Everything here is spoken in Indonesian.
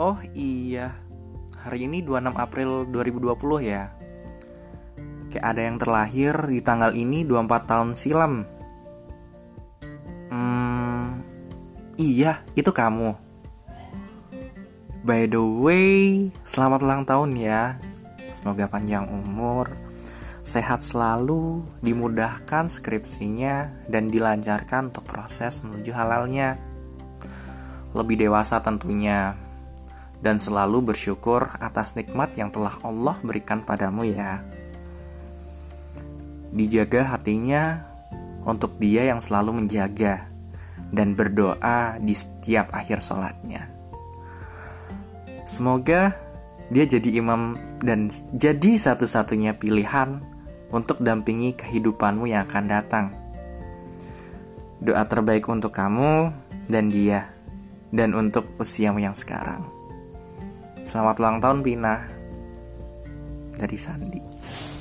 Oh iya, hari ini 26 April 2020 ya. Kayak ada yang terlahir di tanggal ini 24 tahun silam. Iya, itu kamu. By the way, selamat ulang tahun ya. Semoga panjang umur, sehat selalu, dimudahkan skripsinya, dan dilancarkan untuk proses menuju halalnya. Lebih dewasa tentunya, dan selalu bersyukur atas nikmat yang telah Allah berikan padamu ya. Dijaga hatinya untuk Dia yang selalu menjaga dan berdoa di setiap akhir sholatnya. Semoga dia jadi imam dan jadi satu-satunya pilihan untuk dampingi kehidupanmu yang akan datang. Doa terbaik untuk kamu dan dia, dan untuk usiamu yang sekarang. Selamat ulang tahun Pina, dari Sandi.